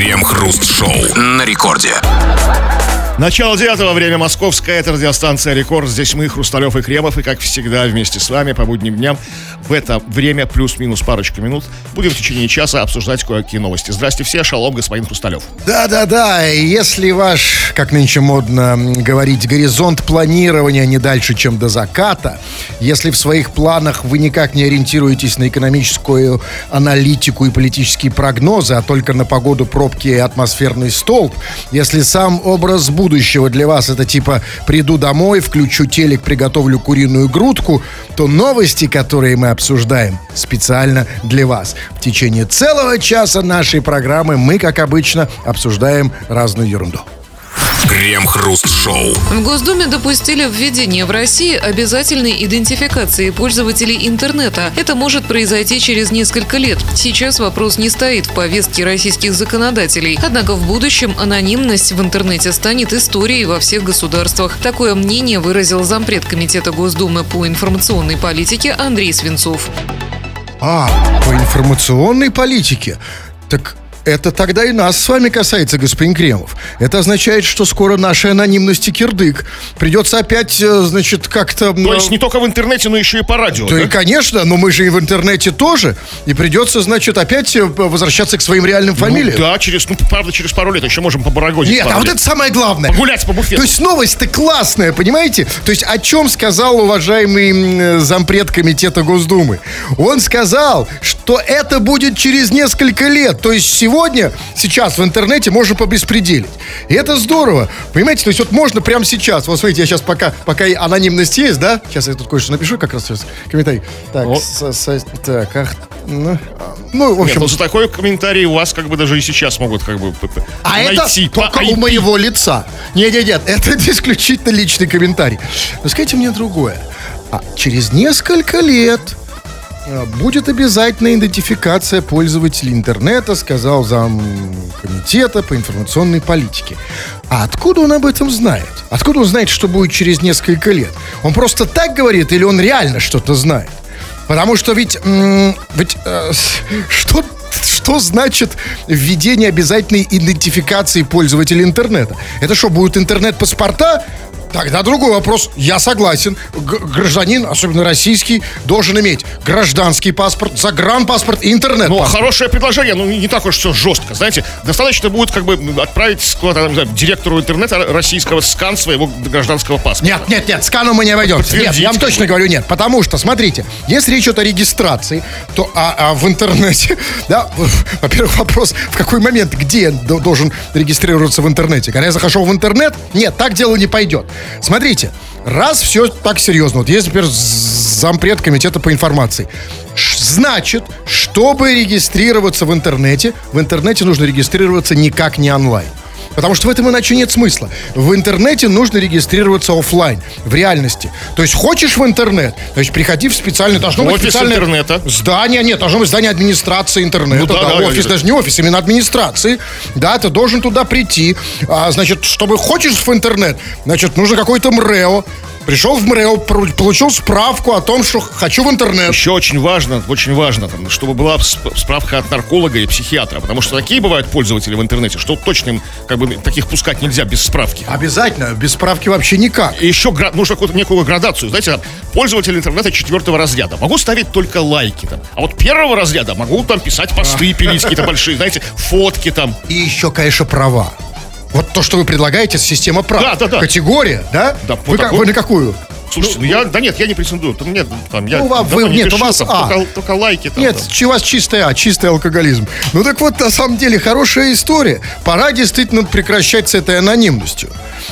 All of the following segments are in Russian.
Крем-хруст-шоу на рекорде. Начало 9-го, время московское, это радиостанция «Рекорд». Здесь мы, Хрусталев и Кремов, и, как всегда, вместе с вами по будним дням в это время, плюс-минус парочка минут, будем в течение часа обсуждать кое-какие новости. Здрасте все, шалом, господин Хрусталев. Да-да-да, если ваш, как нынче модно говорить, горизонт планирования не дальше, чем до заката, если в своих планах вы никак не ориентируетесь на экономическую аналитику и политические прогнозы, а только на погоду, пробки и атмосферный столб, если сам образ будущего для вас это типа приду домой, включу телек, приготовлю куриную грудку, то новости, которые мы обсуждаем, специально для вас. В течение целого часа нашей программы мы, как обычно, обсуждаем разную ерунду. Крем-хруст-шоу. В Госдуме допустили введение в России обязательной идентификации пользователей интернета. Это может произойти через несколько лет. Сейчас вопрос не стоит в повестке российских законодателей. Однако в будущем анонимность в интернете станет историей во всех государствах. Такое мнение выразил зампред Комитета Госдумы по информационной политике Андрей Свинцов. По информационной политике? Так... это тогда и нас с вами касается, господин Кремов. Это означает, что скоро нашей анонимности кирдык. Придется опять, значит, как-то... То есть не только в интернете, но еще и по радио, да? Конечно, но мы же и в интернете тоже. И придется, значит, опять возвращаться к своим реальным фамилиям. Да, правда, через пару лет еще можем побарагозить. Нет, вот это самое главное. Погулять по буфету. То есть новость-то классная, понимаете? То есть о чем сказал уважаемый зампред Комитета Госдумы? Он сказал, что это будет через несколько лет. То есть сейчас в интернете можно побеспределить. И это здорово. Понимаете, то есть вот можно прямо сейчас. Вот смотрите, я сейчас пока анонимность есть, да? Сейчас я тут кое-что напишу, как раз сейчас комментарий. Так, в общем... Нет, за такой комментарий у вас как бы даже и сейчас могут как бы найти. Это только у моего лица. Нет, это исключительно личный комментарий. Но скажите мне другое. Через несколько лет... будет обязательная идентификация пользователей интернета, сказал замкомитета по информационной политике. А откуда он об этом знает? Откуда он знает, что будет через несколько лет? Он просто так говорит или он реально что-то знает? Потому что что значит введение обязательной идентификации пользователей интернета? Это что, будут интернет-паспорта? Тогда другой вопрос. Я согласен. Гражданин, особенно российский, должен иметь гражданский паспорт, загранпаспорт и интернет-паспорт. Хорошее предложение, но не так уж все жестко. Знаете, достаточно будет как бы отправить директору интернета российского скан своего гражданского паспорта. Нет, скану мы не обойдемся. Нет, я вам точно говорю нет. Потому что, смотрите, если речь идет о регистрации, то в интернете, да, во-первых, вопрос, в какой момент, где я должен регистрироваться в интернете? Когда я захожу в интернет? Нет, так дело не пойдет. Смотрите, раз все так серьезно, вот есть, например, зампред Комитета по информации, значит, чтобы регистрироваться в интернете нужно регистрироваться никак не онлайн. Потому что в этом иначе нет смысла. В интернете нужно регистрироваться офлайн, в реальности. То есть хочешь в интернет, значит, приходи в специальное... Должно быть специальное интернета. Здание, нет, должно быть здание администрации интернета. Офис, даже не офис, именно администрации. Да, ты должен туда прийти. Значит, чтобы хочешь в интернет, значит, нужно какой-то МРЭО. Пришел в МРЭО, получил справку о том, что хочу в интернет. Еще очень важно, чтобы была справка от нарколога и психиатра. Потому что такие бывают пользователи в интернете, что точно им как бы таких пускать нельзя без справки. Обязательно, без справки вообще никак. И еще нужно какую-то некую градацию. Знаете, пользователь интернета 4-го разряда могу ставить только лайки там. А вот 1-го разряда могу там писать посты, пилить какие-то большие, знаете, фотки там. И еще, конечно, права. Вот то, что вы предлагаете, система прав. Да. Категория, да? Вы на какую? Слушайте, я не претендую. Нет, у вас только лайки. Там, нет, у вас чистый алкоголизм. Ну так вот, на самом деле, хорошая история. Пора действительно прекращать с этой анонимностью.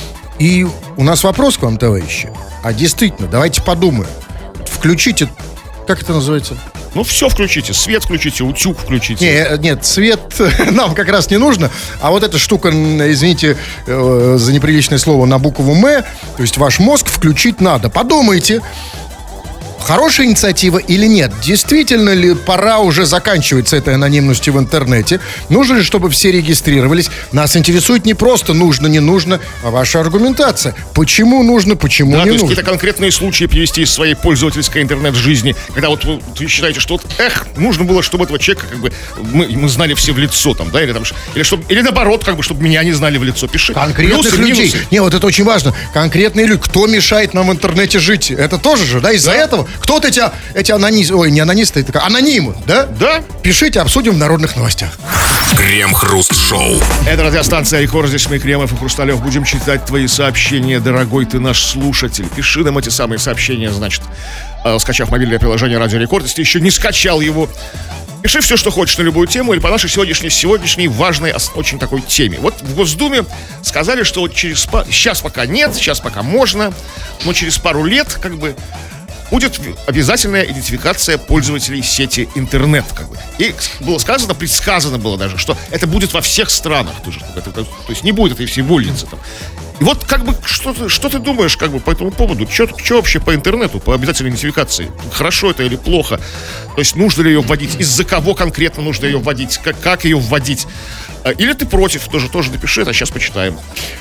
И у нас вопрос к вам, товарищи. А действительно, давайте подумаем. Включите, как это называется? Все включите, свет включите, утюг включите. Нет, свет нам как раз не нужно. А вот эта штука, извините за неприличное слово, на букву «М», то есть ваш мозг включить надо. Подумайте, хорошая инициатива или нет? Действительно ли пора уже заканчивать с этой анонимностью в интернете? Нужно ли, чтобы все регистрировались? Нас интересует не просто нужно, не нужно, а ваша аргументация. Почему нужно, почему Да, не то есть нужно? какие-то конкретные случаи привести из своей пользовательской интернет-жизни, когда вот вы считаете, что вот, нужно было, чтобы этого человека, как бы, мы знали все в лицо, там, да, или наоборот, как бы, чтобы меня не знали в лицо. Пиши. Конкретных Плюсы, людей. минусы. Не, вот это очень важно. Конкретные люди. Кто мешает нам в интернете жить? Это тоже же, да? Из-за этого. Кто вот эти анонисты, ой, не анонисты, это анонимы, да? Да. Пишите, обсудим в народных новостях. Крем-хруст-шоу. Это радиостанция «Рекорд». Здесь мы, Кремов и Хрусталев, будем читать твои сообщения, дорогой ты наш слушатель. Пиши нам эти самые сообщения, значит, скачав мобильное приложение «Радио Рекорд». Если ты еще не скачал его, пиши все, что хочешь на любую тему или по нашей сегодняшней важной, очень такой теме. Вот в Госдуме сказали, что вот сейчас пока нет, сейчас пока можно, но через пару лет, как бы, будет обязательная идентификация пользователей сети интернет, как бы. И было сказано, предсказано было даже, что это будет во всех странах. То есть не будет этой всей вольницы там. И вот, как бы, что ты думаешь, как бы, по этому поводу? Что вообще по интернету, по обязательной идентификации? Хорошо это или плохо? То есть нужно ли ее вводить? Из-за кого конкретно нужно ее вводить? Как ее вводить? Или ты против? Тоже напиши, это сейчас почитаем.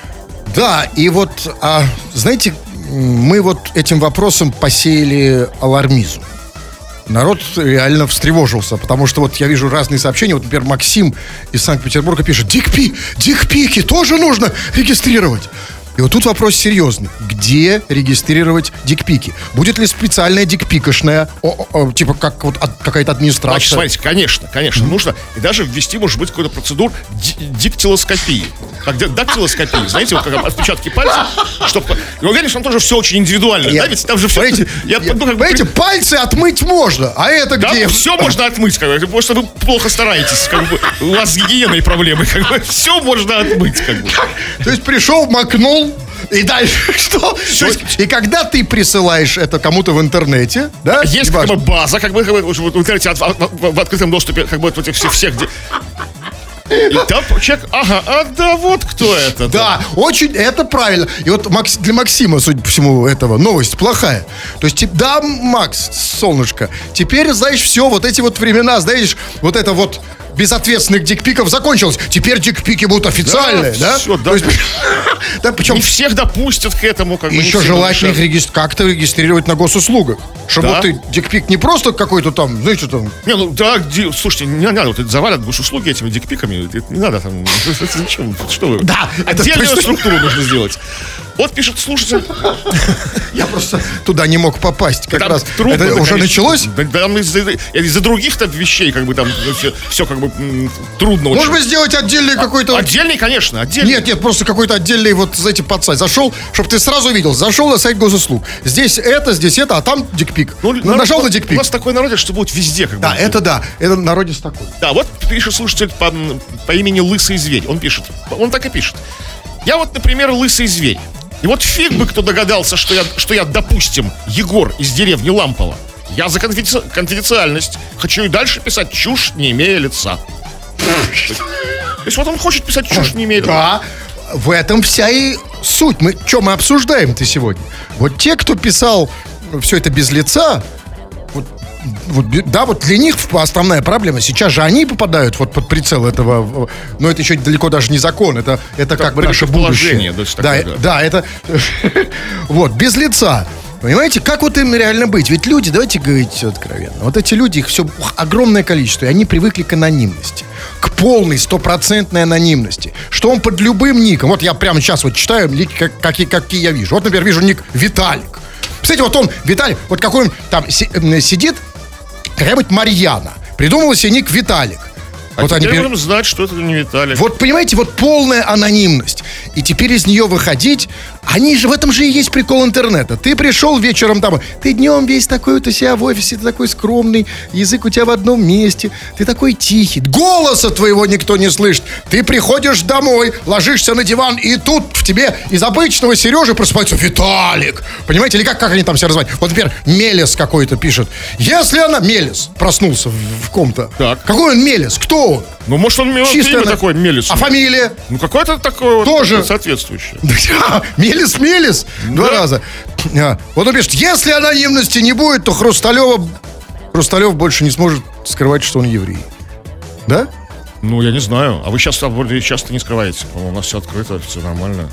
Да, и вот, знаете, мы вот этим вопросом посеяли алармизм. Народ реально встревожился, потому что вот я вижу разные сообщения. Вот, например, Максим из Санкт-Петербурга пишет: дикпики тоже нужно регистрировать. И вот тут вопрос серьезный. Где регистрировать дикпики? Будет ли специальная дикпикошная, типа как вот какая-то администрация? Значит, смотрите, конечно, нужно. И даже ввести, может быть, какую-то процедуру диктилоскопии. Как дактилоскопии, знаете, вот как отпечатки пальцев. Я уверен, что там тоже все очень индивидуально. Да, ведь там же все... Понимаете, пальцы отмыть можно, а это да, где? Все можно отмыть, как бы, потому что вы плохо стараетесь, как бы, у вас с гигиеной проблемы, как бы, все можно отмыть, как бы. То есть пришел, макнул, и дальше что? И когда ты присылаешь это кому-то в интернете, да? Есть как бы база, как бы в интернете в открытом доступе, как бы вот эти все, где... И там человек, да вот кто это. Да, очень, это правильно. И вот для Максима, судя по всему, этого новость плохая. То есть, да, Макс, солнышко, теперь, знаешь, все, вот эти вот времена, знаешь, вот это вот безответственных дикпиков закончилось. Теперь дикпики будут официальные, да? Все, да. Да, причем не всех допустят к этому, как бы. еще желательно их как-то регистрировать на госуслугах. Чтобы вот ты дикпик не просто какой-то там, знаете, там... Не, ну да, слушайте, не надо, вот завалят госуслуги этими дикпиками, не надо там, зачем, что вы? Да, отдельную структуру нужно сделать. Вот пишет слушатель. Я просто туда не мог попасть. Как раз трудно, это уже началось? Там из-за других-то вещей, как бы там все как бы трудно. Может быть, сделать отдельный какой-то... Отдельный, конечно, отдельный. Нет, просто какой-то отдельный вот, знаете, подсайт. Зашел, чтобы ты сразу видел. Зашел на сайт госуслуг. Здесь это, а там дикпик. Нажал на дикпик. У нас такой народец, что будет везде, как бы. Да, это народец такой. Да, вот пишет слушатель по имени Лысый Зверь. Он пишет, он так и пишет. Я вот, например, Лысый Зверь. И вот фиг бы кто догадался, что я, допустим, Егор из деревни Лампово. Я за конфиденциальность. Хочу и дальше писать чушь, не имея лица. То есть вот он хочет писать чушь, не имея лица. Да, в этом вся и суть. Что мы обсуждаем-то сегодня? Вот те, кто писал все это без лица, вот для них основная проблема. Сейчас же они попадают вот под прицел этого. Но это еще далеко даже не закон. Это как бы наше будущее. Да, это... Вот, без лица. Понимаете, как вот им реально быть? Ведь люди, давайте говорить откровенно, вот эти люди, их все огромное количество, и они привыкли к анонимности. К полной, стопроцентной анонимности. Что он под любым ником. Вот я прямо сейчас вот читаю ники, какие я вижу. Вот, например, вижу ник Виталик. Кстати, вот он, Виталик, вот какой он там сидит, какая-нибудь Марьяна. Придумала себе ник Виталик. А вот теперь будем знать, что это не Виталик. Вот, понимаете, вот полная анонимность. И теперь из нее выходить, в этом же и есть прикол интернета. Ты пришел вечером там, ты днем весь такой вот у себя в офисе, ты такой скромный, язык у тебя в одном месте, ты такой тихий, голоса твоего никто не слышит. Ты приходишь домой, ложишься на диван, и тут в тебе из обычного Сережи просыпается Виталик. Понимаете, или как они там себя называют? Вот, например, Мелес какой-то пишет. Если она... Мелес проснулся в ком-то. Так. Какой он Мелес? Кто он? Ну, может, он имя такое, Мелис. А фамилия? Ну, какое-то такое тоже вот соответствующее. Мелис. Два раза. Вот он пишет, если анонимности не будет, то Хрусталев больше не сможет скрывать, что он еврей. Да? Ну, я не знаю. А вы сейчас часто не скрываете. По-моему, у нас все открыто, все нормально.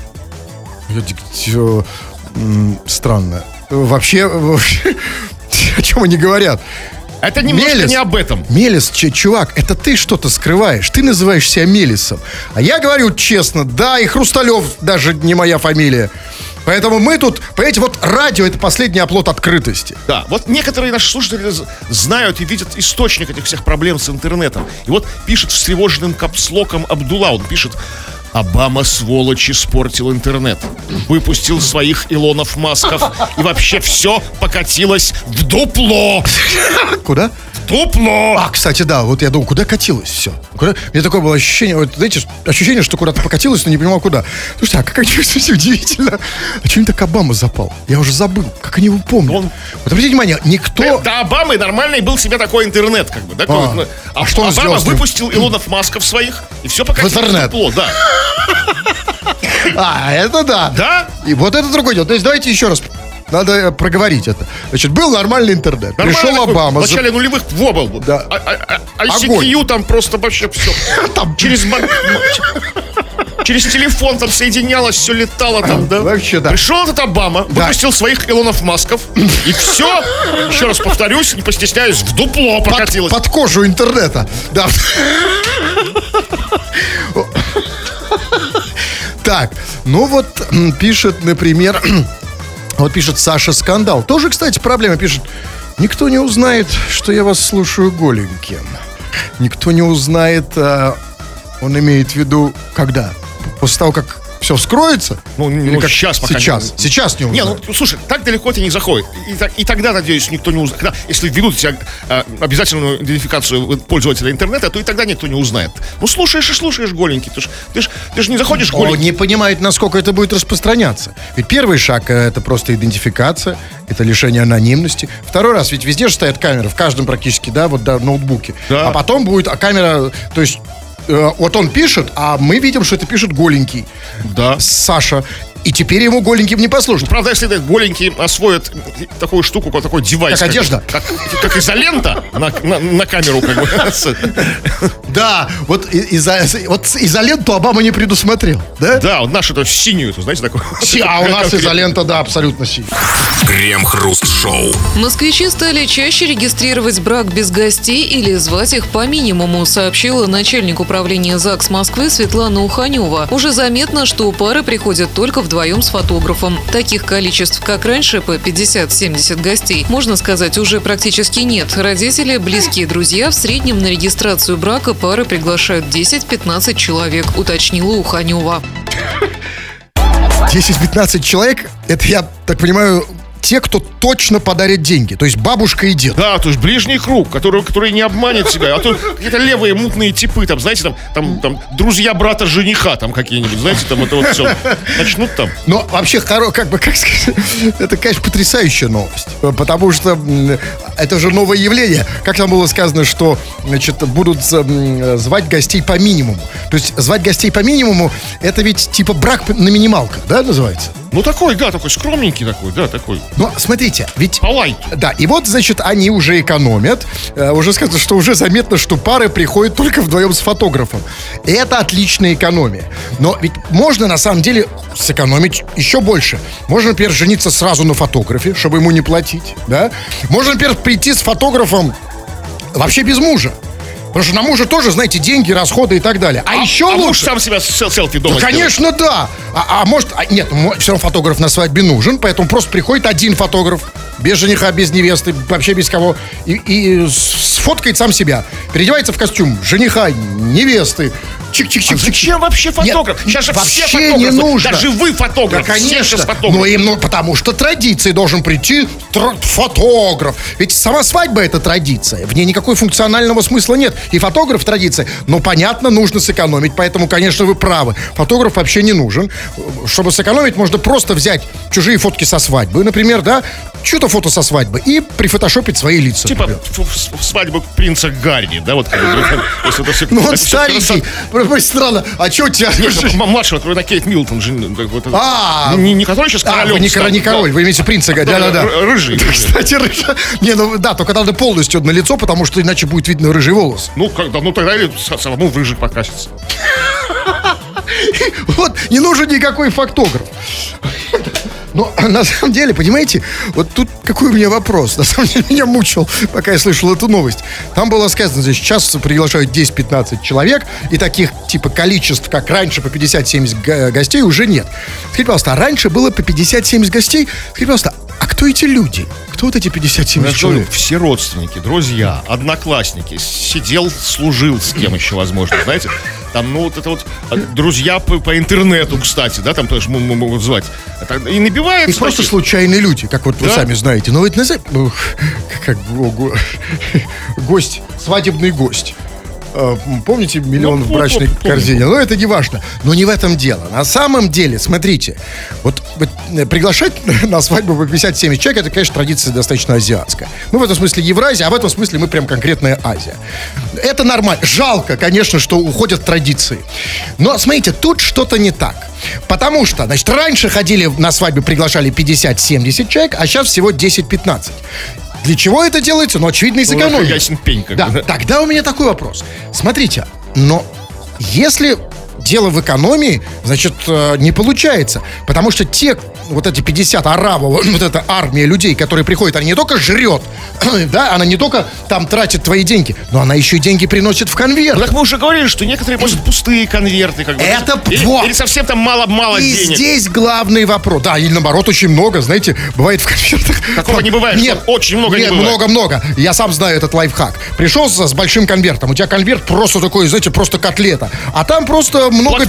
Странно. Вообще, о чем они говорят? Это немножко не об этом. Мелис, чувак, это ты что-то скрываешь. Ты называешь себя Мелисом. А я говорю честно, да, и Хрусталев даже не моя фамилия. Поэтому мы тут, понимаете, вот радио — это последний оплот открытости. Да, вот некоторые наши слушатели знают и видят источник этих всех проблем с интернетом. И вот пишет встревоженным капслоком Абдулла, он пишет: Обама, сволочь, испортил интернет. Выпустил своих Илонов Масков. И вообще все покатилось в дупло. Куда? В дупло. Кстати, да, вот я думал, куда катилось все? У меня такое было ощущение, вот, знаете, ощущение, что куда-то покатилось, но не понимал, куда. Слушайте, какая-то все удивительно. А что не так Обама запал? Я уже забыл, как они его помнят. Вот обратите внимание, никто... Да, Обамы нормальный был себе такой интернет, как бы. Да, что он Обама сделал? выпустил Илонов Масков своих, и все покатилось в интернет. дупло, да. Это да. Да? И вот это другое дело. То есть давайте еще раз. Надо проговорить это. Значит, был нормальный интернет. Нормально Пришел такой, Обама. В начале нулевых был. Да. ICQ там просто вообще все. Там через телефон там соединялось, все летало там, да? Вообще, да. Пришел этот Обама, выпустил своих Илонов Масков, и все, еще раз повторюсь, не постесняюсь, в дупло покатилось. Под кожу интернета. Да. Так, ну вот пишет, например, вот пишет Саша Скандал. Тоже, кстати, проблема. Пишет: никто не узнает, что я вас слушаю голеньким. Никто не узнает, он имеет в виду, когда? После того, как все вскроется? Ну, как сейчас пока. Сейчас не узнают. Ну, слушай, так далеко это не заходит. И тогда, надеюсь, никто не узнает. Если введут обязательную идентификацию пользователя интернета, то и тогда никто не узнает. Ну, слушаешь и слушаешь голенький. Ты ж не заходишь голенький. Он не понимает, насколько это будет распространяться. Ведь первый шаг — это просто идентификация, это лишение анонимности. Второй раз, ведь везде же стоят камеры, в каждом практически, да, вот ноутбуке. Да. А потом будет камера, то есть... Вот он пишет, а мы видим, что это пишет голенький. Да. Саша. И теперь ему голеньким не послушать. Правда, если голенький освоит такую штуку, как такой девайс. Как одежда. Как изолента на камеру, как бы. Да, вот изоленту Обама не предусмотрел, да? Да, вот нашу синюю, знаете, такую. А у нас изолента, да, абсолютно синяя. Крем-хруст-шоу. Москвичи стали чаще регистрировать брак без гостей или звать их по минимуму, сообщила начальник управления ЗАГС Москвы Светлана Уханева. Уже заметно, что пары приходят только вдвоем с фотографом. Таких количеств, как раньше, по 50-70 гостей, можно сказать, уже практически нет. Родители, близкие друзья в среднем на регистрацию брака пары приглашают 10-15 человек, уточнила Уханева. 10-15 человек, это, я так понимаю, те, кто точно подарит деньги. То есть бабушка и дед. Да, то есть ближний круг, который не обманет себя. А то какие-то левые мутные типы, там, знаете, там друзья брата жениха, там какие-нибудь, знаете, там это вот все. Начнут там. Но вообще, как сказать, это, конечно, потрясающая новость. Потому что это же новое явление. Как там было сказано, что, значит, будут звать гостей по минимуму. То есть звать гостей по минимуму, это ведь типа брак на минималках, да, называется? Ну, такой скромненький такой, да, такой. Но смотрите, ведь... Полай. Да, и вот, значит, они уже экономят. Уже сказано, что уже заметно, что пары приходят только вдвоем с фотографом. И это отличная экономия. Но ведь можно, на самом деле, сэкономить еще больше. Можно, например, жениться сразу на фотографе, чтобы ему не платить, да? Можно, например, прийти с фотографом вообще без мужа. Потому что на мужа тоже, знаете, деньги, расходы и так далее. А еще лучше... муж сам себя селфи дома да, конечно, да. Нет, все равно фотограф на свадьбе нужен, поэтому просто приходит один фотограф, без жениха, без невесты, вообще без кого, и сфоткает сам себя. Переодевается в костюм жениха, невесты. Чик-чик-чик. Зачем вообще фотограф? Нет, сейчас же вообще все фотографы. не нужно. Даже вы фотограф. Да, конечно. Все фотографы. Но потому что традиции должен прийти фотограф. Ведь сама свадьба — это традиция. В ней никакой функционального смысла нет. И фотограф — традиция. Но, понятно, нужно сэкономить. Поэтому, конечно, вы правы. Фотограф вообще не нужен. Чтобы сэкономить, можно просто взять чужие фотки со свадьбы. Например, да, чье-то фото со свадьбы и прифотошопить свои лица. Типа свадьбу принца Гарри, да, вот. Ну, он старенький. Странно. А что у тебя? Младшего, который на Кейт Милтон. Не который сейчас королем. Не король, вы имеете принца Гарри. Да. Рыжий. Кстати, рыжий. Не, ну да, только надо полностью на лицо, потому что иначе будет видно рыжий волос. Ну, тогда и самому в рыжий покраситься. Вот, не нужен никакой фотограф. Но на самом деле, понимаете, вот тут какой у меня вопрос. На самом деле меня мучил, пока я слышал эту новость. Там было сказано, здесь сейчас приглашают 10-15 человек, и таких типа количеств, как раньше, по 50-70 гостей уже нет. Скажите, пожалуйста, а раньше было по 50-70 гостей? Скажите, пожалуйста, а кто эти люди? Кто вот эти 50-70 человек? Все родственники, друзья, одноклассники. Сидел, служил с кем еще возможно, знаете? Там, ну, вот это вот друзья по интернету, кстати, да, там тоже могут звать. И набивается. И просто случайные люди, как вот вы сами знаете. Но ведь как гость, свадебный гость. Помните миллион в брачной корзине? Но это не важно. Но не в этом дело. На самом деле, смотрите, вот приглашать на свадьбу по 50-70 человек, это, конечно, традиция достаточно азиатская. Мы в этом смысле Евразия, а в этом смысле мы прям конкретная Азия. Это нормально. Жалко, конечно, что уходят традиции. Но, смотрите, тут что-то не так. Потому что, значит, раньше ходили на свадьбы, приглашали 50-70 человек, а сейчас всего 10-15. Для чего это делается? Ну, очевидно, из экономии. Ясен пень, да. Тогда у меня такой вопрос. Смотрите, но если дело в экономии, значит, не получается. Потому что те, вот эти 50 арабов, вот эта армия людей, которые приходят, она не только жрет, да, она не только там тратит твои деньги, но она еще и деньги приносит в конверт. Ну, так мы уже говорили, что некоторые просят пустые конверты. Как бы. Это или совсем там мало и денег. И здесь главный вопрос. Да, или наоборот, очень много, знаете, бывает в конвертах. Такого не бывает. Нет, очень много не бывает. Много-много. Я сам знаю этот лайфхак. Пришел с большим конвертом. У тебя конверт просто такой, знаете, просто котлета. А там просто много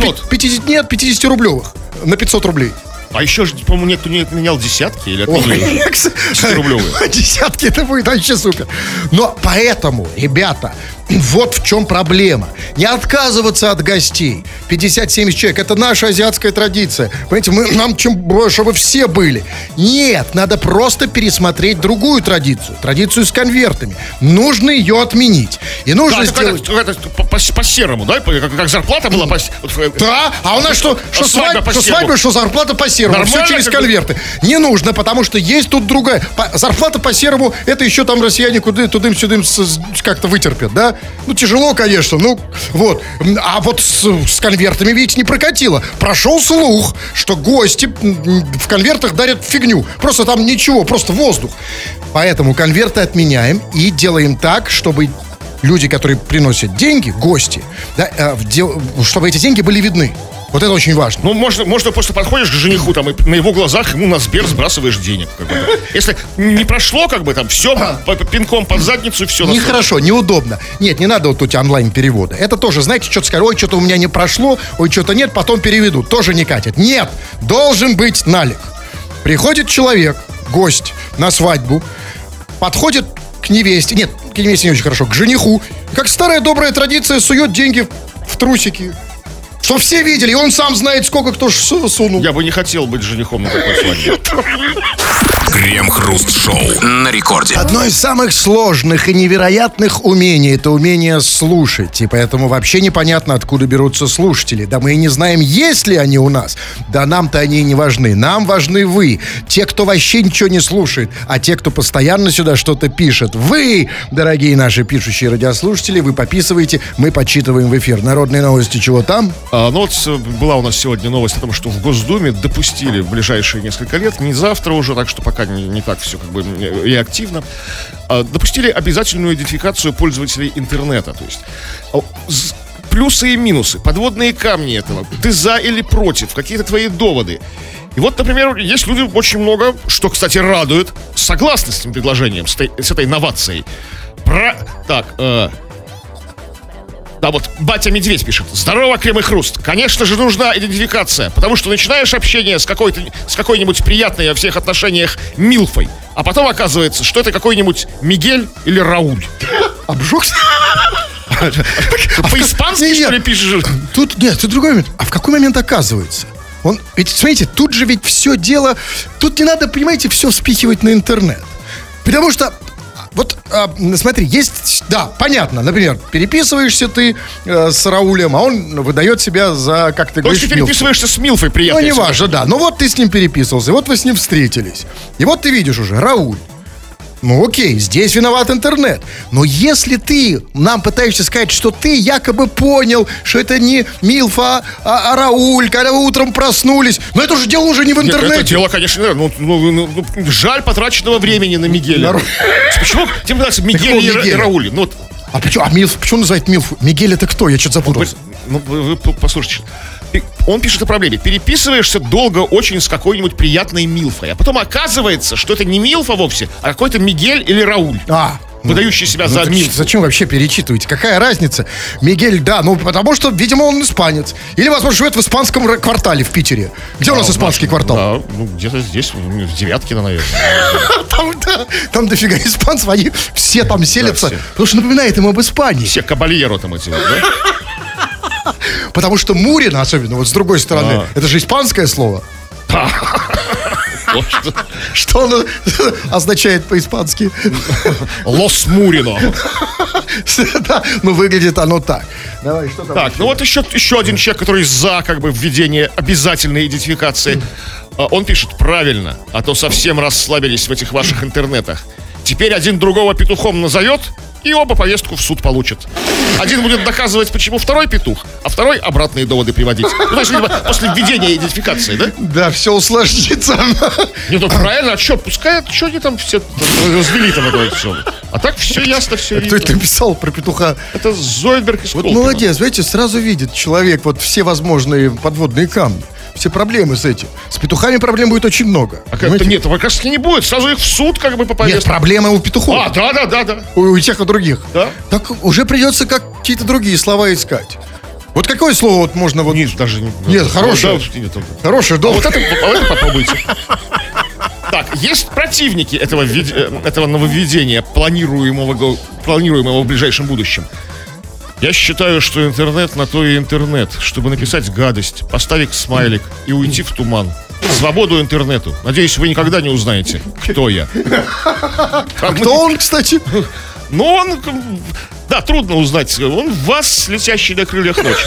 50-рублевых на 500 рублей. А еще же, по-моему, никто не отменял десятки или отменили 10-рублевые. Десятки, это будет вообще супер. Но поэтому, ребята, вот в чем проблема. Не отказываться от гостей. 50-70 человек, это наша азиатская традиция. Понимаете, нам чтобы все были. Нет, надо просто пересмотреть другую традицию. Традицию с конвертами. Нужно ее отменить. И нужно сделать... По-серому, да? Как зарплата была по... Да, а у нас что свадьба, что зарплата по-серому. Все через конверты. Не нужно, потому что есть тут другая. Зарплата по-серому, это еще там россияне тудым-сюдым как-то вытерпят, да? Ну, тяжело, конечно, ну, вот. А вот с конвертами, видите, не прокатило. Прошел слух, что гости в конвертах дарят фигню. Просто там ничего, просто воздух. Поэтому конверты отменяем и делаем так, чтобы люди, которые приносят деньги, гости, да, чтобы эти деньги были видны. Вот это очень важно. Ну, можно просто подходишь к жениху, там, и на его глазах ему на Сбер сбрасываешь денег. Как бы, да. Если не прошло, как бы, там, все, пинком под задницу, все. Нехорошо, неудобно. Нет, не надо вот эти онлайн-переводы. Это тоже, знаете, что-то скажут, ой, что-то у меня не прошло, ой, что-то нет, потом переведут. Тоже не катит. Нет, должен быть налик. Приходит человек, гость на свадьбу, подходит к невесте, нет, к невесте не очень хорошо, к жениху, как старая добрая традиция, сует деньги в трусики. Чтоб все видели, и он сам знает, сколько кто сунул. Я бы не хотел быть женихом на такой свадьбе. Крем-хруст-шоу на рекорде. Одно из самых сложных и невероятных умений — это умение слушать. И поэтому вообще непонятно, откуда берутся слушатели. Да мы и не знаем, есть ли они у нас. Да нам-то они и не важны. Нам важны вы. Те, кто вообще ничего не слушает, а те, кто постоянно сюда что-то пишет. Вы, дорогие наши пишущие радиослушатели, вы пописываете, мы подсчитываем в эфир. Народные новости, чего там? Ну вот была у нас сегодня новость о том, что в Госдуме допустили в ближайшие несколько лет, не завтра уже, так что пока не так все как бы и активно, допустили обязательную идентификацию пользователей интернета. То есть плюсы и минусы, подводные камни этого, ты за или против, какие-то твои доводы. И вот, например, есть люди очень много, что, кстати, радует, согласны с этим предложением, с этой новацией. Да, вот батя Медведь пишет. Здорово, Крем и Хруст. Конечно же, нужна идентификация, потому что начинаешь общение с какой-нибудь приятной во всех отношениях милфой, а потом оказывается, что это какой-нибудь Мигель или Рауль. Обжегся? По-испански, что ли, пишешь? Тут другой момент. А в какой момент оказывается? Ведь, смотрите, тут же ведь все дело... Тут не надо, понимаете, все вспихивать на интернет. Потому что... Вот, смотри, есть, да, понятно, например, переписываешься ты с Раулем, а он выдает себя за, как ты говоришь, ты переписываешься с милфой, приятно. Ну, не важно, да. Ну, вот ты с ним переписывался, и вот вы с ним встретились. И вот ты видишь уже, Рауль. Ну, окей, здесь виноват интернет. Но если ты нам пытаешься сказать, что ты якобы понял, что это не милфа, а Рауль, когда вы утром проснулись, но это уже дело уже не в интернете. Нет, это дело, конечно, жаль потраченного времени на Мигеля. Почему тебе нравится Мигель и Рауль? А почему называют милфу? Мигель это кто? Я что-то запутался. Вы послушайте. Он пишет о проблеме. Переписываешься долго очень с какой-нибудь приятной милфой, а потом оказывается, что это не милфа вовсе, а какой-то Мигель или Рауль, выдающий себя за милфу. Зачем вообще перечитываете? Какая разница? Мигель, да, потому что, видимо, он испанец. Или, возможно, живет в испанском квартале в Питере. Где у нас испанский квартал? Да, где-то здесь, в Девяткино, наверное. Там дофига испанцев, они все там селятся, потому что напоминает им об Испании. Все кабальеро там эти вот, да? Потому что Мурина, особенно, вот с другой стороны, это же испанское слово. Что оно означает по-испански? Лос Мурино. Да, ну выглядит оно так. Давай, что там? Так, ну вот еще один человек, который за как бы введение обязательной идентификации. Он пишет: правильно, а то совсем расслабились в этих ваших интернетах. Теперь один другого петухом назовет, и оба повестку в суд получат. Один будет доказывать, почему второй петух, а второй обратные доводы приводить. Ну, то есть, после введения идентификации, да? Да, все усложнится. Не, ну правильно, а что, пускай, что они там все развели там это все. А так все ясно, все видно. Кто это писал про петуха? Это Зойдберг из Колпина. Вот молодец, видите, сразу видит человек вот все возможные подводные камни. Все проблемы с этим. С петухами проблем будет очень много. А как-то нет, оказывается, не будет. Сразу их в суд как бы по повестке. Нет, проблемы у петухов. Да. У тех и других. Да? Так уже придется какие-то другие слова искать. Вот какое слово вот можно вот... Нет, даже не... Нет, хорошее. Хорошее, вот это попробуйте. Так, есть противники этого нововведения, планируемого в ближайшем будущем. Я считаю, что интернет на то и интернет, чтобы написать гадость, поставить смайлик и уйти в туман. Свободу интернету. Надеюсь, вы никогда не узнаете, кто я. Кто он, кстати? Ну, он... Да, трудно узнать. Он вас, летящий на крыльях ночи.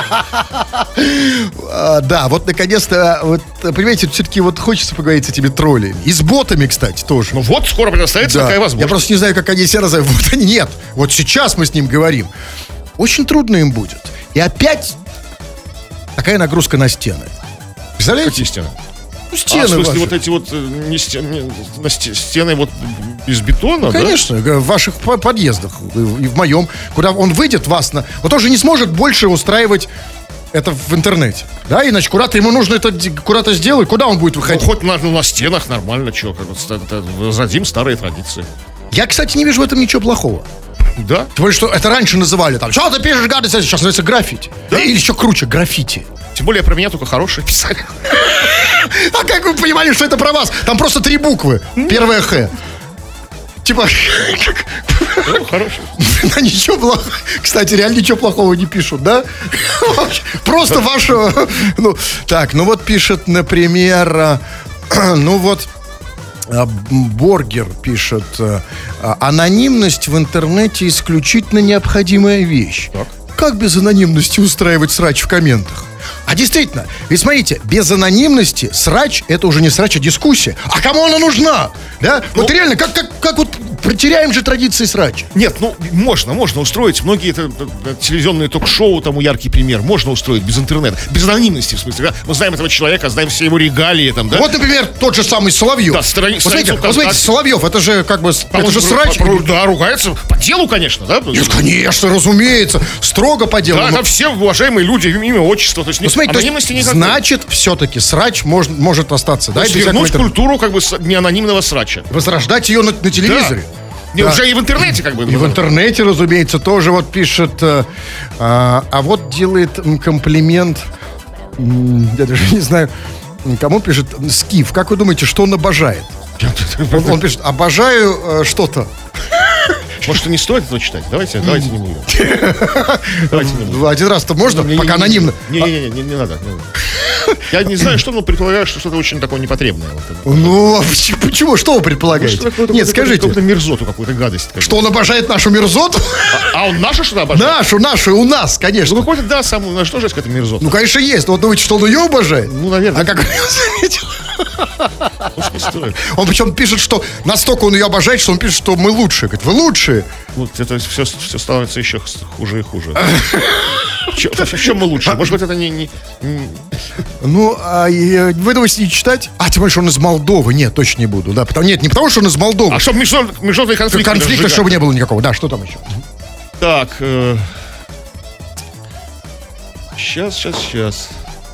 Да, вот наконец-то, вот, понимаете, все-таки вот хочется поговорить с этими троллями. И с ботами, кстати, тоже. Ну вот, скоро предоставится такая возможность. Я просто не знаю, как они себя называют. Вот они нет. Вот сейчас мы с ним говорим. Очень трудно им будет. И опять такая нагрузка на стены. Представляете? Какие стены? Ну, стены в смысле, ваши. вот эти вот стены вот из бетона, ну, конечно, в ваших подъездах и в моем, куда он выйдет вас на... Вот он же не сможет больше устраивать это в интернете. Да, иначе куда-то ему нужно это куда-то сделать. Куда он будет выходить? Ну, хоть на стенах нормально, что, как вот возродим старые традиции. Я, кстати, не вижу в этом ничего плохого. Да? Тем более, что это раньше называли там, что ты пишешь гадость, сейчас называется граффити. Да? Или еще круче, граффити. Тем более про меня только хорошее писали. А как вы понимали, что это про вас? Там просто 3 буквы. Первая Х. Типа... Ну, хорошее. Ничего плохого. Кстати, реально ничего плохого не пишут, да? Просто вашего... Ну, так, ну вот пишет, например... Ну вот... Боргер пишет: анонимность в интернете исключительно необходимая вещь. Так. Как без анонимности устраивать срач в комментах? А действительно, ведь смотрите, без анонимности срач — это уже не срач, а дискуссия. А кому она нужна? Да? Ну, вот реально, как вот потеряем же традиции срача. Нет, ну, можно устроить. Многие телевизионные ток-шоу, тому яркий пример, можно устроить без интернета, без анонимности, в смысле, да? Мы знаем этого человека, знаем все его регалии, там, да? Вот, например, тот же самый Соловьев. Да, смотрите, Соловьев, это же как бы, это же срач. Да, ругается по делу, конечно, да? Нет, конечно, разумеется, строго по делу. Да, там все уважаемые люди, имя, отчество, то есть анонимности никакой. Значит, все-таки срач может остаться, да? Вернуть культуру как бы неанонимного срача. Возрождать ее на телевизоре. Не, уже и в интернете как бы. И в интернете, разумеется, тоже вот пишет, а вот делает комплимент, я даже не знаю, кому пишет, Скиф. Как вы думаете, что он обожает? Он пишет, обожаю что-то. Может, и не стоит этого читать? Давайте не будем. Давайте не будем. Один раз-то можно, пока анонимно. Не надо. Я не знаю, что, но предполагаю, что что-то очень такое непотребное. Ну, а почему? Что вы предполагаете? Нет, скажите. Какую-то мерзоту, какую-то гадость. Что он обожает нашу мерзоту? А он нашу что-то обожает? Нашу, у нас, конечно. Ну, какой-то, да, сам, у нас тоже есть какая-то мерзота. Ну, конечно, есть. Вот думаете, что он ее обожает? Ну, наверное. А как вы заметили? Уж не стоит. Он причем пишет, что настолько он ее обожает, что он пишет, что мы лучшие. Говорит, вы лучшие. Вот это все становится еще хуже и хуже. В чем мы лучше? Может быть, это не... Ну, вы думаете, не читать? Тем более, что он из Молдовы. Нет, точно не буду. Да, не потому, что он из Молдовы. А чтобы международные конфликты... Конфликта, чтобы не было никакого. Да, что там еще? Так. Сейчас.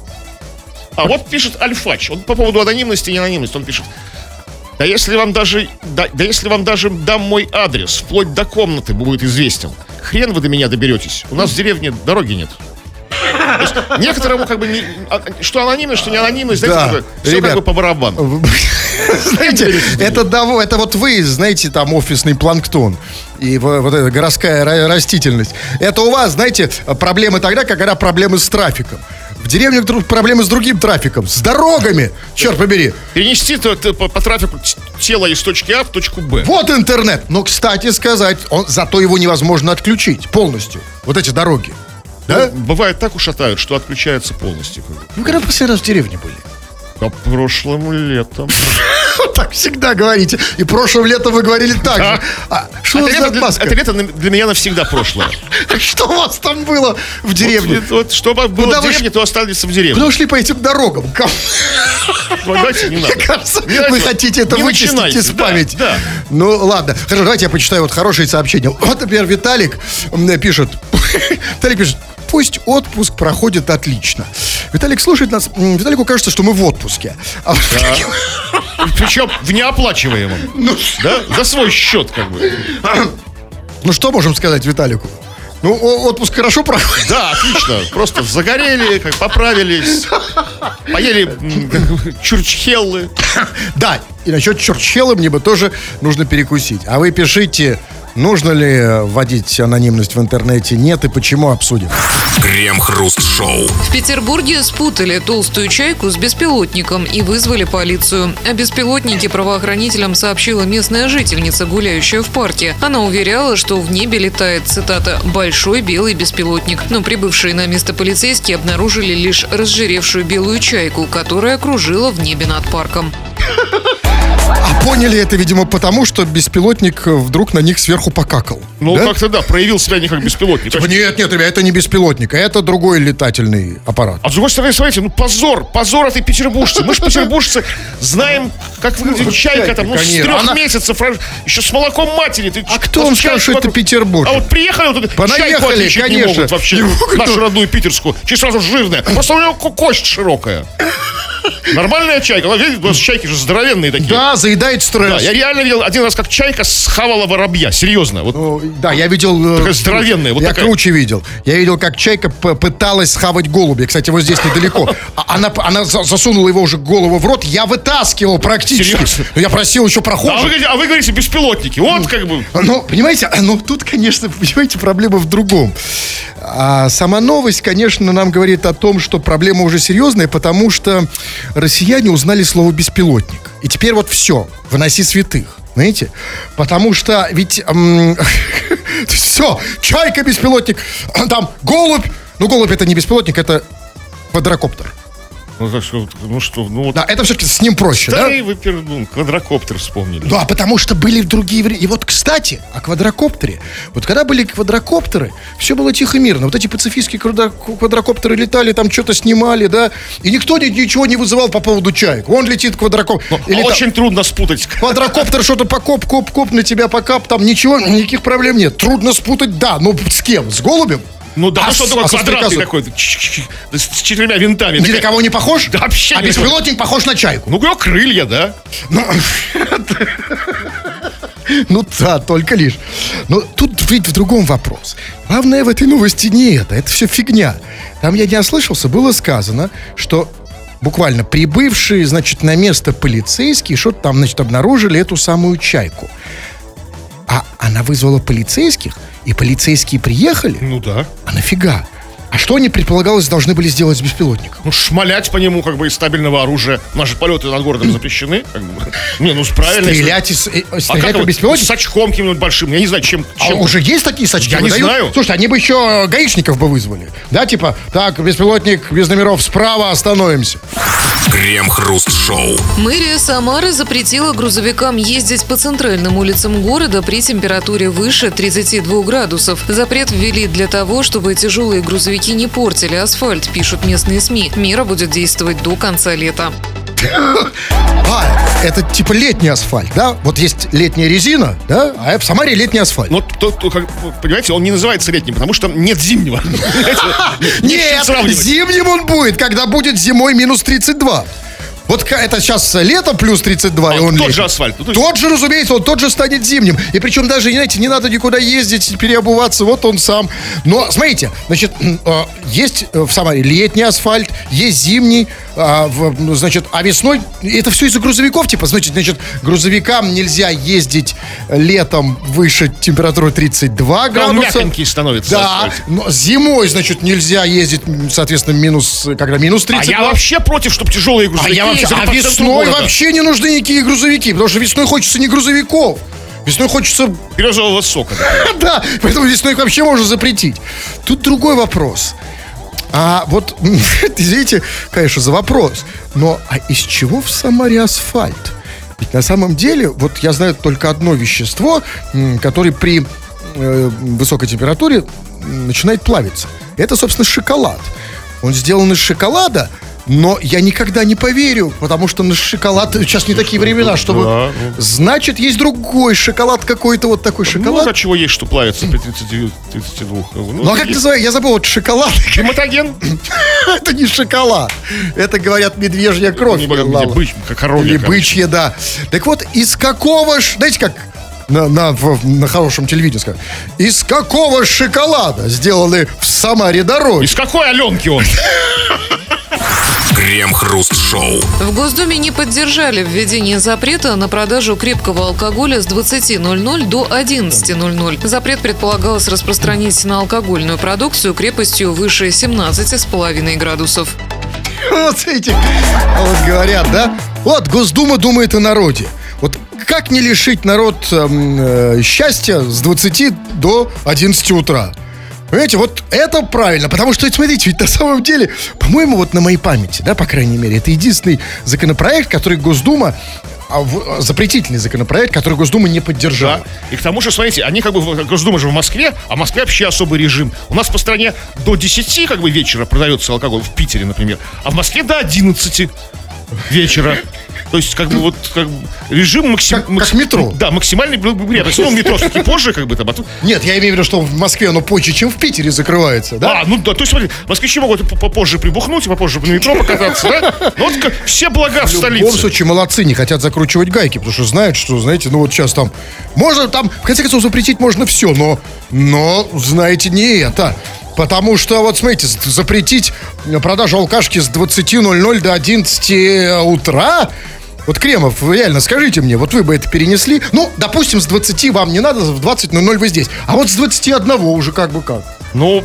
А вот пишет Альфач. Он по поводу анонимности и неанонимности. Он пишет: Да если вам даже дам мой адрес, вплоть до комнаты будет известен, хрен вы до меня доберетесь. У нас в деревне дороги нет. То есть некоторому как бы что анонимность, что не анонимность, знаете, все ребят, как бы по барабану. Знаете, это вот вы, знаете, там офисный планктон и вот эта городская растительность. Это у вас, знаете, проблемы тогда, когда проблемы с трафиком. В деревне проблемы с другим трафиком, с дорогами, черт побери. Перенести по трафику тело из точки А в точку Б. Вот интернет. Но, кстати сказать, зато его невозможно отключить полностью. Вот эти дороги. Да? Бывает так ушатают, что отключается полностью. Вы когда последний раз в деревне были? Да, прошлым летом. Так всегда говорите. И прошлым летом вы говорили так же. Что у вас за отмазка? Это лето для меня навсегда прошлое. Что у вас там было в деревне? Вот что было в деревне, то останется в деревне. Куда ушли по этим дорогам? Давайте, не надо. Мне кажется, вы хотите это вычистить из памяти. Да. Ну, ладно. Хорошо, давайте я почитаю вот хорошие сообщения. Вот, например, Виталик пишет. Пусть отпуск проходит отлично. Виталик слушает нас. Виталику кажется, что мы в отпуске. Причем в неоплачиваемом. Да? За свой счет, как бы. Ну, что можем сказать Виталику? Ну, отпуск хорошо проходит. Да, отлично. Просто загорели, поправились, поели чурчхеллы. Да, и насчет чурчхеллы мне бы тоже нужно перекусить. А вы пишите, нужно ли вводить анонимность в интернете, нет, и почему, обсудим. Крем-хруст-шоу. В Петербурге спутали толстую чайку с беспилотником и вызвали полицию. О беспилотнике правоохранителям сообщила местная жительница, гуляющая в парке. Она уверяла, что в небе летает, цитата, «большой белый беспилотник». Но прибывшие на место полицейские обнаружили лишь разжиревшую белую чайку, которая кружила в небе над парком. А поняли это, видимо, потому, что беспилотник вдруг на них сверху покакал. Ну, да? Как-то да, проявил себя не как беспилотник. Нет, ребят, это не беспилотник, это другой летательный аппарат. А с другой стороны, смотрите, позор этой петербуржцы. Мы же петербуржцы знаем, как выглядит чайка там, с 3 месяцев, еще с молоком матери. А кто вам сказал, что это Петербург? А вот приехали вот тут, чайку отличить не могут вообще, нашу родную питерскую. Через сразу жирная. Просто у него кость широкая. Нормальная чайка. Видите, у нас чайки же здоровенные такие. Да, заедает стресс. Да, я реально видел один раз, как чайка схавала воробья. Серьезно. Вот. Да, я видел... Такая здоровенная. Вот я такая. Круче видел. Я видел, как чайка пыталась схавать голубя. Кстати, вот здесь недалеко. Она засунула его уже голову в рот. Я вытаскивал практически. Серьезно? Я просил еще прохожих. А вы говорите беспилотники. Вот как бы... Ну, понимаете, тут, конечно, проблема в другом. А сама новость, конечно, нам говорит о том, что проблема уже серьезная, потому что россияне узнали слово «беспилотник». И теперь вот все, выноси святых, знаете? Потому что ведь все, чайка беспилотник, там голубь, ну голубь это не беспилотник, это квадрокоптер. Да, это все-таки с ним проще, да? Вы квадрокоптер вспомнили. Да, потому что были другие времена. И вот, кстати, о квадрокоптере. Вот когда были квадрокоптеры, все было тихо и мирно. Вот эти пацифистские квадрокоптеры летали, там что-то снимали, да? И никто ничего не вызывал по поводу чаек. Вон летит квадрокоптер. Очень трудно спутать. Квадрокоптер что-то коп на тебя покап, там ничего, никаких проблем нет. Трудно спутать, да, но с кем? С голубем? Ну да, что такое квадратный такой, с 4 винтами. Ни на кого не похож? Да вообще не. А беспилотник похож на чайку. Ну, у него крылья, да? Ну да, только лишь. Но тут ведь в другом вопрос. Главное в этой новости не это все фигня. Там я не ослышался, было сказано, что буквально прибывшие, значит, на место полицейские что-то там, значит, обнаружили эту самую чайку. А она вызвала полицейских, и полицейские приехали? Ну да. А нафига? А что они, предполагалось, должны были сделать с беспилотником? Ну, шмалять по нему как бы из стабильного оружия. Наши полеты над городом запрещены. Как бы. Не, ну правильно. Стрелять по беспилотнику? С очком каким-нибудь большим. Я не знаю, чем. Уже есть такие сачки? Я не знаю. Слушай, они бы еще гаишников бы вызвали. Да, типа, так, беспилотник без номеров справа, остановимся. Крем-хруст-шоу. Мэрия Самары запретила грузовикам ездить по центральным улицам города при температуре выше 32 градусов. Запрет ввели для того, чтобы тяжелые грузовики не портили асфальт, пишут местные СМИ. Мера будет действовать до конца лета. Это типа летний асфальт, да? Вот есть летняя резина, да? А в Самаре летний асфальт. Но, понимаете, он не называется летним, потому что нет зимнего. Нет, зимним он будет, когда будет зимой минус 32. Вот это сейчас лето плюс 32, и он тот же асфальт. Тот же, разумеется, он тот же станет зимним. И причем даже, знаете, не надо никуда ездить, переобуваться, вот он сам. Но, смотрите, значит, есть в Самаре летний асфальт, есть зимний, значит, а весной, это все из-за грузовиков, типа, значит, грузовикам нельзя ездить летом выше температуры 32 градуса. Он мягенький становится. Да, но зимой, значит, нельзя ездить, соответственно, минус 32. А я вообще против, чтобы тяжелые грузовики. А весной вообще не нужны никакие грузовики, потому что весной хочется не грузовиков. Весной хочется березового сока. Да, поэтому весной их вообще можно запретить. Тут другой вопрос. А вот, извините, конечно, за вопрос, но из чего в Самаре асфальт? Ведь на самом деле, вот я знаю только одно вещество, которое при высокой температуре начинает плавиться. Это, собственно, шоколад. Он сделан из шоколада. Но я никогда не поверю, потому что на шоколад... Сейчас не такие времена, чтобы... Да, ну. Значит, есть другой шоколад какой-то, вот такой шоколад. Ну, а чего есть, что плавится при 32? Ну, а как называется? Я забыл, вот шоколад. Гематоген? Это не шоколад. Это, говорят, медвежья кровь. Или бычья, да. Так вот, из какого... Знаете, как... На хорошем телевидении сказать. Из какого шоколада сделаны в Самаре дороги? Из какой Аленки он? Крем-хруст-шоу. В Госдуме не поддержали введение запрета на продажу крепкого алкоголя с 20:00 до 11:00. Запрет предполагалось распространить на алкогольную продукцию крепостью выше 17,5 градусов. Вот эти, вот говорят, да? Вот Госдума думает о народе. Вот как не лишить народ счастья с 20 до 11 утра? Понимаете, вот это правильно, потому что, смотрите, ведь на самом деле, по-моему, вот на моей памяти, да, по крайней мере, это единственный законопроект, который Госдума, запретительный законопроект, который Госдума не поддержала. Да. И к тому же, смотрите, они как бы, Госдума же в Москве, а в Москве вообще особый режим. У нас по стране до 10 как бы вечера продается алкоголь, в Питере, например, а в Москве до 11 вечера. То есть, как бы, вот, как бы, режим как метро. Да, максимальный бред. Ну, метро все-таки позже, как бы, там. Нет, я имею в виду, что в Москве оно позже, чем в Питере закрывается, да? Ну, да, то есть, смотри, москвичи могут попозже прибухнуть, попозже на метро покататься, да? Ну, вот все блага в столице. В любом случае, молодцы, не хотят закручивать гайки, потому что знают, что, знаете, ну, вот сейчас там, можно там, в конце концов, запретить можно все, но, знаете, не это. Потому что, вот смотрите, запретить продажу алкашки с 20:00 до 11 утра... Вот, Кремов, вы реально скажите мне, вот вы бы это перенесли? Ну, допустим, с 20 вам не надо, в 20:00 вы здесь. А вот с 21 уже как бы как? Ну,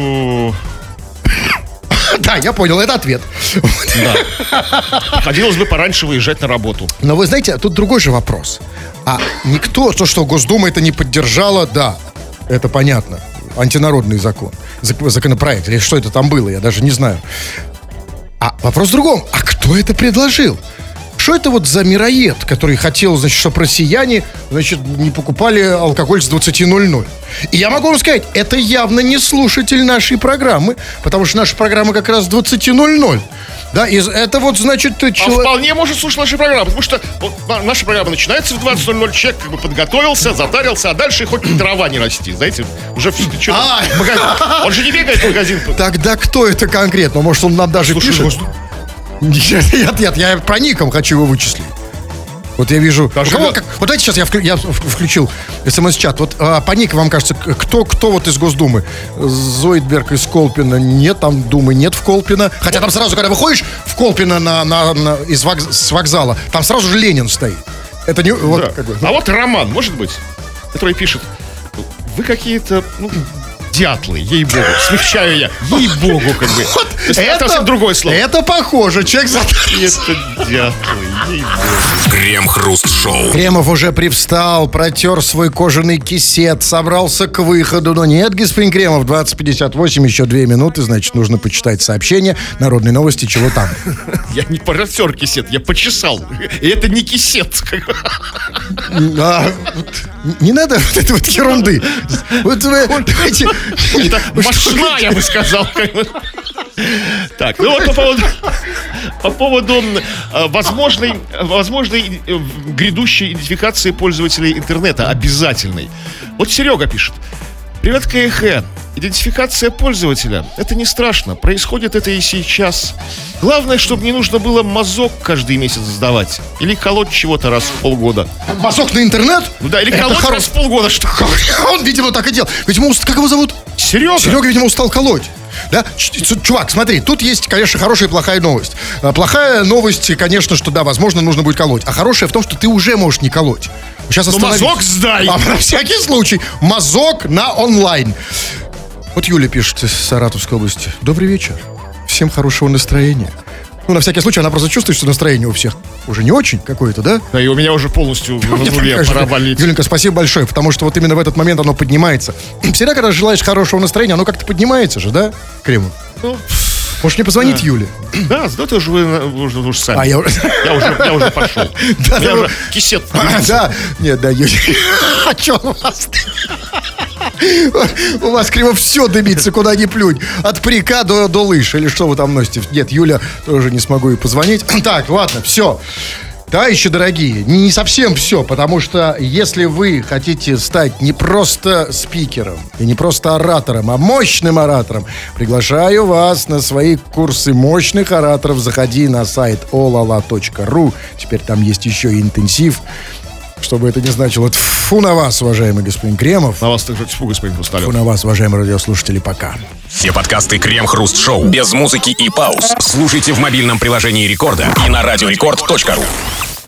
да, я понял, это ответ. Да. Хотелось бы пораньше выезжать на работу. Но вы знаете, тут другой же вопрос. А никто, то, что Госдума это не поддержала, да, это понятно. Антинародный законопроект, или что это там было, я даже не знаю. А вопрос в другом. А кто это предложил? Что это вот за мироед, который хотел, значит, чтобы россияне, значит, не покупали алкоголь с 20:00? И я могу вам сказать, это явно не слушатель нашей программы, потому что наша программа как раз с 20:00. Да, и это вот, значит, человек... вполне может слушать нашу программу, потому что вот, наша программа начинается в 20:00, человек как бы подготовился, затарился, а дальше хоть трава не расти, знаете, уже он же не бегает в магазин. Тогда кто это конкретно? Может, он нам даже пишет? Нет, я про ником хочу его вычислить. Вот я вижу... Вот давайте сейчас я включил СМС-чат. Вот по никам вам кажется, кто вот из Госдумы? Зоидберг из Колпина? Нет, там Думы нет в Колпино. Хотя там сразу, когда выходишь в Колпино с вокзала, там сразу же Ленин стоит. Это не... Вот, да. А вот Роман, может быть, который пишет: вы какие-то, дятлы, ей-богу. Смягчаю я. Ей-богу, как бы. Это совсем другое слово. Это похоже. Человек это дятлы, ей-богу. Крем-хруст-шоу. Кремов уже привстал, протер свой кожаный кисет, собрался к выходу. Но нет, господин Кремов, 20:58, еще 2 минуты, значит, нужно почитать сообщение. Народные новости, чего там? Я не протер кисет, я почесал. И это не кисет. Не надо вот этой вот ерунды. Вот вы давайте... Это машина, я бы сказал. Так, вот по поводу возможной грядущей идентификации пользователей интернета, обязательной. Вот Серега пишет: привет, КХ. Идентификация пользователя – это не страшно. Происходит это и сейчас. Главное, чтобы не нужно было мазок каждый месяц сдавать. Или колоть чего-то раз в полгода. Мазок на интернет? Да, или колоть раз в полгода. Что? Он, видимо, так и делал. Видимо, как его зовут? Серега. Серега, видимо, устал колоть. Да? Чувак, смотри, тут есть, конечно, хорошая и плохая новость. Плохая новость, конечно, что да, возможно, нужно будет колоть. А хорошая в том, что ты уже можешь не колоть. Сейчас мазок сдай. А на всякий случай, мазок на онлайн. Вот Юля пишет из Саратовской области: добрый вечер, всем хорошего настроения. На всякий случай, она просто чувствует, что настроение у всех уже не очень какое-то, да? Да, и у меня уже полностью в нуле, пора валить. Юленька, спасибо большое, потому что вот именно в этот момент оно поднимается. Всегда, когда желаешь хорошего настроения, оно как-то поднимается же, да, Кремов? Может, мне позвонить Юле? Да, это уже вы уже сами. Я уже пошел. Я уже кисет. Да, нет, да, Юля. А что у вас? У вас, Кремов, все дымится, куда ни плюнь. От парика до лыж. Или что вы там носите? Нет, Юля, тоже не смогу ей позвонить. Так, ладно, все. Товарищи дорогие, не совсем все, потому что если вы хотите стать не просто спикером и не просто оратором, а мощным оратором, приглашаю вас на свои курсы мощных ораторов. Заходи на сайт olala.ru. Теперь там есть еще и интенсив. Чтобы это не значило, тьфу на вас, уважаемый господин Кремов. На вас также тьфу, господин Хрусталев. Тьфу на вас, уважаемые радиослушатели, пока. Все подкасты Крем-хруст-шоу без музыки и пауз слушайте в мобильном приложении Рекорда и на радиорекорд.ру.